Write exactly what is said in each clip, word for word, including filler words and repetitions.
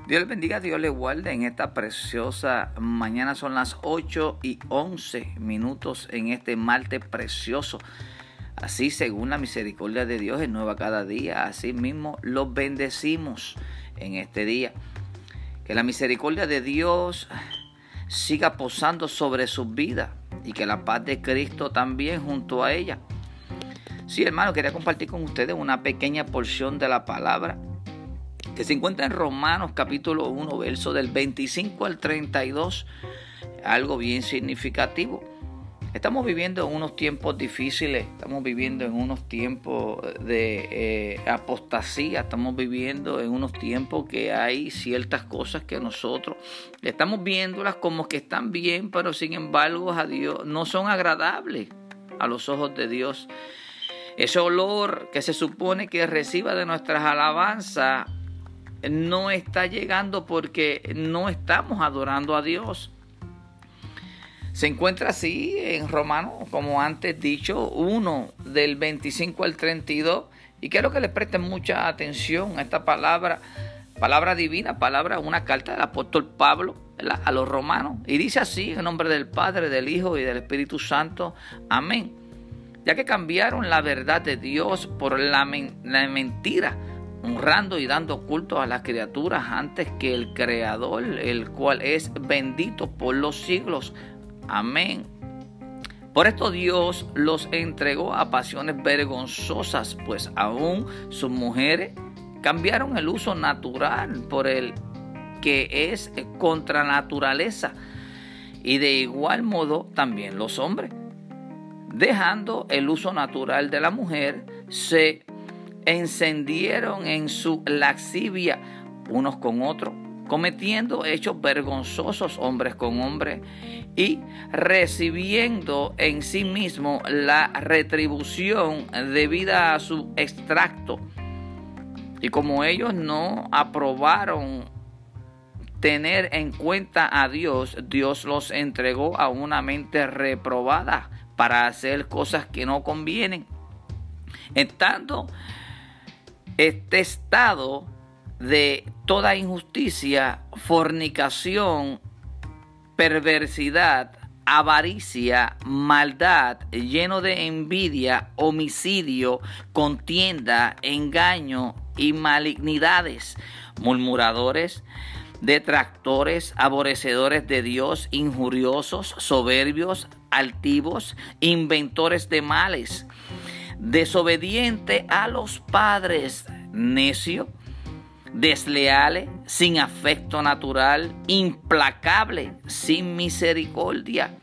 Dios les bendiga, Dios les guarde en esta preciosa mañana. Son las ocho y once minutos en este martes precioso. Así, según la misericordia de Dios, es nueva cada día. Así mismo los bendecimos en este día. Que la misericordia de Dios siga posando sobre sus vidas y que la paz de Cristo también junto a ella. Sí, hermano, quería compartir con ustedes una pequeña porción de la palabra que se encuentra en Romanos capítulo uno, verso del veinticinco al treinta y dos, algo bien significativo. Estamos viviendo en unos tiempos difíciles, estamos viviendo en unos tiempos de eh, apostasía, estamos viviendo en unos tiempos que hay ciertas cosas que nosotros estamos viéndolas como que están bien, pero sin embargo a Dios no son agradables a los ojos de Dios. Ese olor que se supone que reciba de nuestras alabanzas no está llegando porque no estamos adorando a Dios. Se encuentra así en Romanos, como antes dicho, uno del veinticinco al treinta y dos. Y quiero que le presten mucha atención a esta palabra, palabra divina, palabra, una carta del apóstol Pablo, ¿verdad?, a los romanos. Y dice así, en nombre del Padre, del Hijo y del Espíritu Santo. Amén. Ya que cambiaron la verdad de Dios por la, men- la mentira, honrando y dando culto a las criaturas antes que el Creador, el cual es bendito por los siglos. Amén. Por esto Dios los entregó a pasiones vergonzosas, pues aún sus mujeres cambiaron el uso natural por el que es contra naturaleza, y de igual modo también los hombres, dejando el uso natural de la mujer, se encendieron en su lascivia unos con otros, cometiendo hechos vergonzosos hombres con hombres y recibiendo en sí mismo la retribución debida a su extracto. Y como ellos no aprobaron tener en cuenta a Dios, Dios los entregó a una mente reprobada para hacer cosas que no convienen. En tanto, este estado de toda injusticia, fornicación, perversidad, avaricia, maldad, lleno de envidia, homicidio, contienda, engaño y malignidades, murmuradores, detractores, aborrecedores de Dios, injuriosos, soberbios, altivos, inventores de males, desobediente a los padres, necio, desleales, sin afecto natural, implacable, sin misericordia.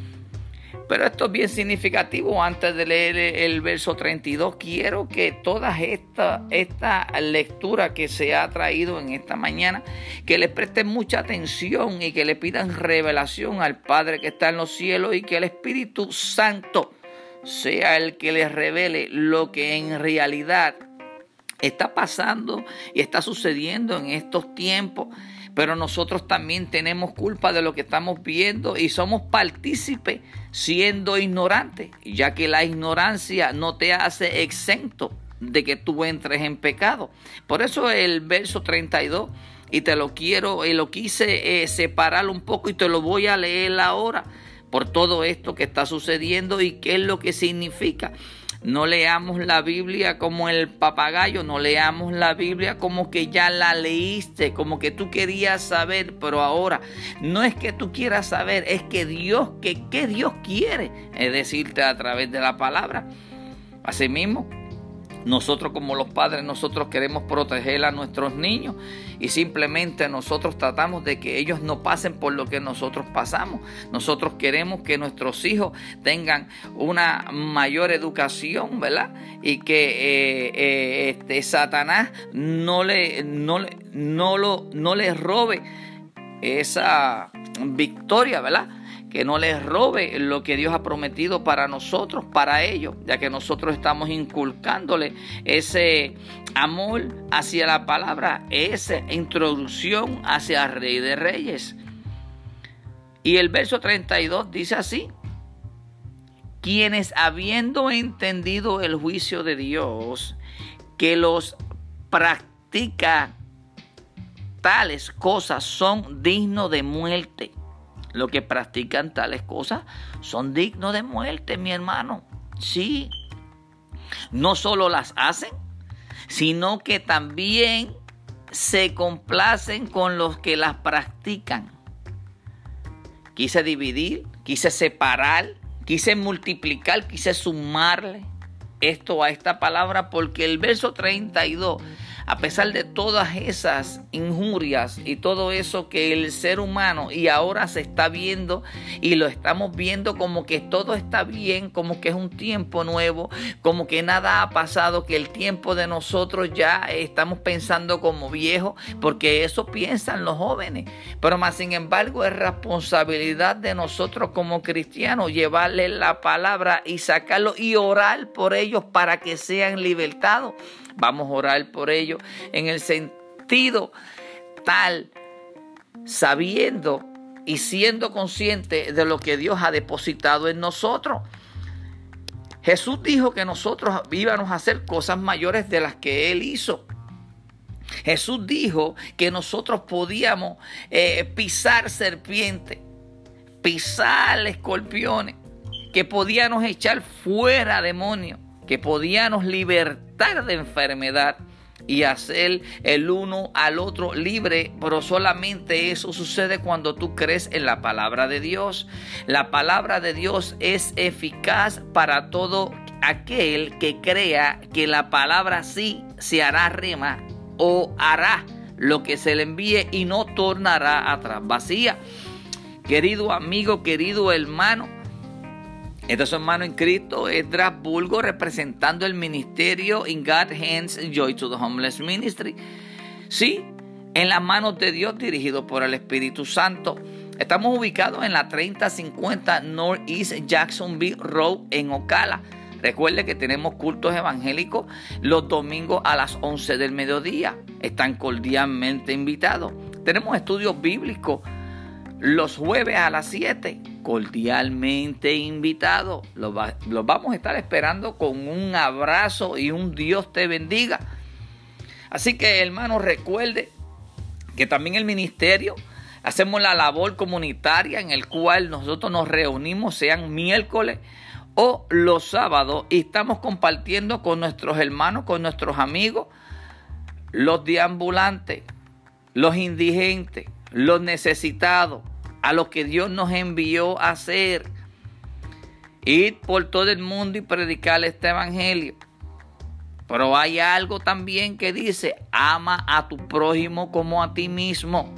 Pero esto es bien significativo. Antes de leer el verso treinta y dos, quiero que toda esta, esta lectura que se ha traído en esta mañana, que le presten mucha atención y que le pidan revelación al Padre que está en los cielos, y que el Espíritu Santo sea el que les revele lo que en realidad está pasando y está sucediendo en estos tiempos. Pero nosotros también tenemos culpa de lo que estamos viendo y somos partícipes siendo ignorantes, ya que la ignorancia no te hace exento de que tú entres en pecado. Por eso el verso treinta y dos, y te lo quiero, y lo quise eh, separar un poco y te lo voy a leer ahora, por todo esto que está sucediendo y qué es lo que significa. No leamos la Biblia como el papagayo, no leamos la Biblia como que ya la leíste, como que tú querías saber, pero ahora no es que tú quieras saber, es que Dios, que, que Dios quiere es decirte a través de la palabra. Asimismo, nosotros como los padres, nosotros queremos proteger a nuestros niños y simplemente nosotros tratamos de que ellos no pasen por lo que nosotros pasamos. Nosotros queremos que nuestros hijos tengan una mayor educación, ¿verdad? Y que eh, eh, este, Satanás no le, no, le, no, lo, no les robe esa victoria, ¿verdad? Que no les robe lo que Dios ha prometido para nosotros, para ellos, ya que nosotros estamos inculcándole ese amor hacia la palabra, esa introducción hacia el Rey de Reyes. Y el verso treinta y dos dice así: quienes habiendo entendido el juicio de Dios, que los practica tales cosas son dignos de muerte. Los que practican tales cosas son dignos de muerte, mi hermano. Sí. No solo las hacen, sino que también se complacen con los que las practican. Quise dividir, quise separar, quise multiplicar, quise sumarle esto a esta palabra, porque el verso treinta y dos, a pesar de todas esas injurias y todo eso que el ser humano y ahora se está viendo y lo estamos viendo como que todo está bien, como que es un tiempo nuevo, como que nada ha pasado, que el tiempo de nosotros ya estamos pensando como viejos, porque eso piensan los jóvenes. Pero más sin embargo es responsabilidad de nosotros como cristianos llevarles la palabra y sacarlo y orar por ellos para que sean libertados. Vamos a orar por ellos en el sentido tal, sabiendo y siendo consciente de lo que Dios ha depositado en nosotros. Jesús dijo que nosotros íbamos a hacer cosas mayores de las que Él hizo. Jesús dijo que nosotros podíamos eh, pisar serpientes, pisar escorpiones, que podíamos echar fuera demonios, que podíamos libertar de enfermedad y hacer el uno al otro libre, pero solamente eso sucede cuando tú crees en la palabra de Dios. La palabra de Dios es eficaz para todo aquel que crea que la palabra sí se hará rema o hará lo que se le envíe y no tornará atrás vacía. Querido amigo, querido hermano, este es su hermano en Cristo, Esdras Bulgo, representando el ministerio In God's Hands, Joy to the Homeless Ministry. Sí, en las manos de Dios, dirigido por el Espíritu Santo. Estamos ubicados en la treinta cincuenta Northeast Jacksonville Road en Ocala. Recuerde que tenemos cultos evangélicos los domingos a las once del mediodía. Están cordialmente invitados. Tenemos estudios bíblicos los jueves a las siete. Cordialmente invitados. Los, va, los vamos a estar esperando con un abrazo y un Dios te bendiga. Así que, hermanos, recuerde que también el ministerio hacemos la labor comunitaria en el cual nosotros nos reunimos, sean miércoles o los sábados, y estamos compartiendo con nuestros hermanos, con nuestros amigos, los deambulantes, los indigentes, los necesitados, a los que Dios nos envió a hacer. Ir por todo el mundo y predicar este evangelio. Pero hay algo también que dice: ama a tu prójimo como a ti mismo.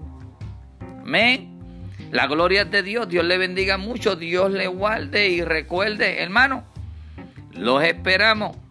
Amén. La gloria es de Dios. Dios le bendiga mucho. Dios le guarde. Y recuerde, hermano, los esperamos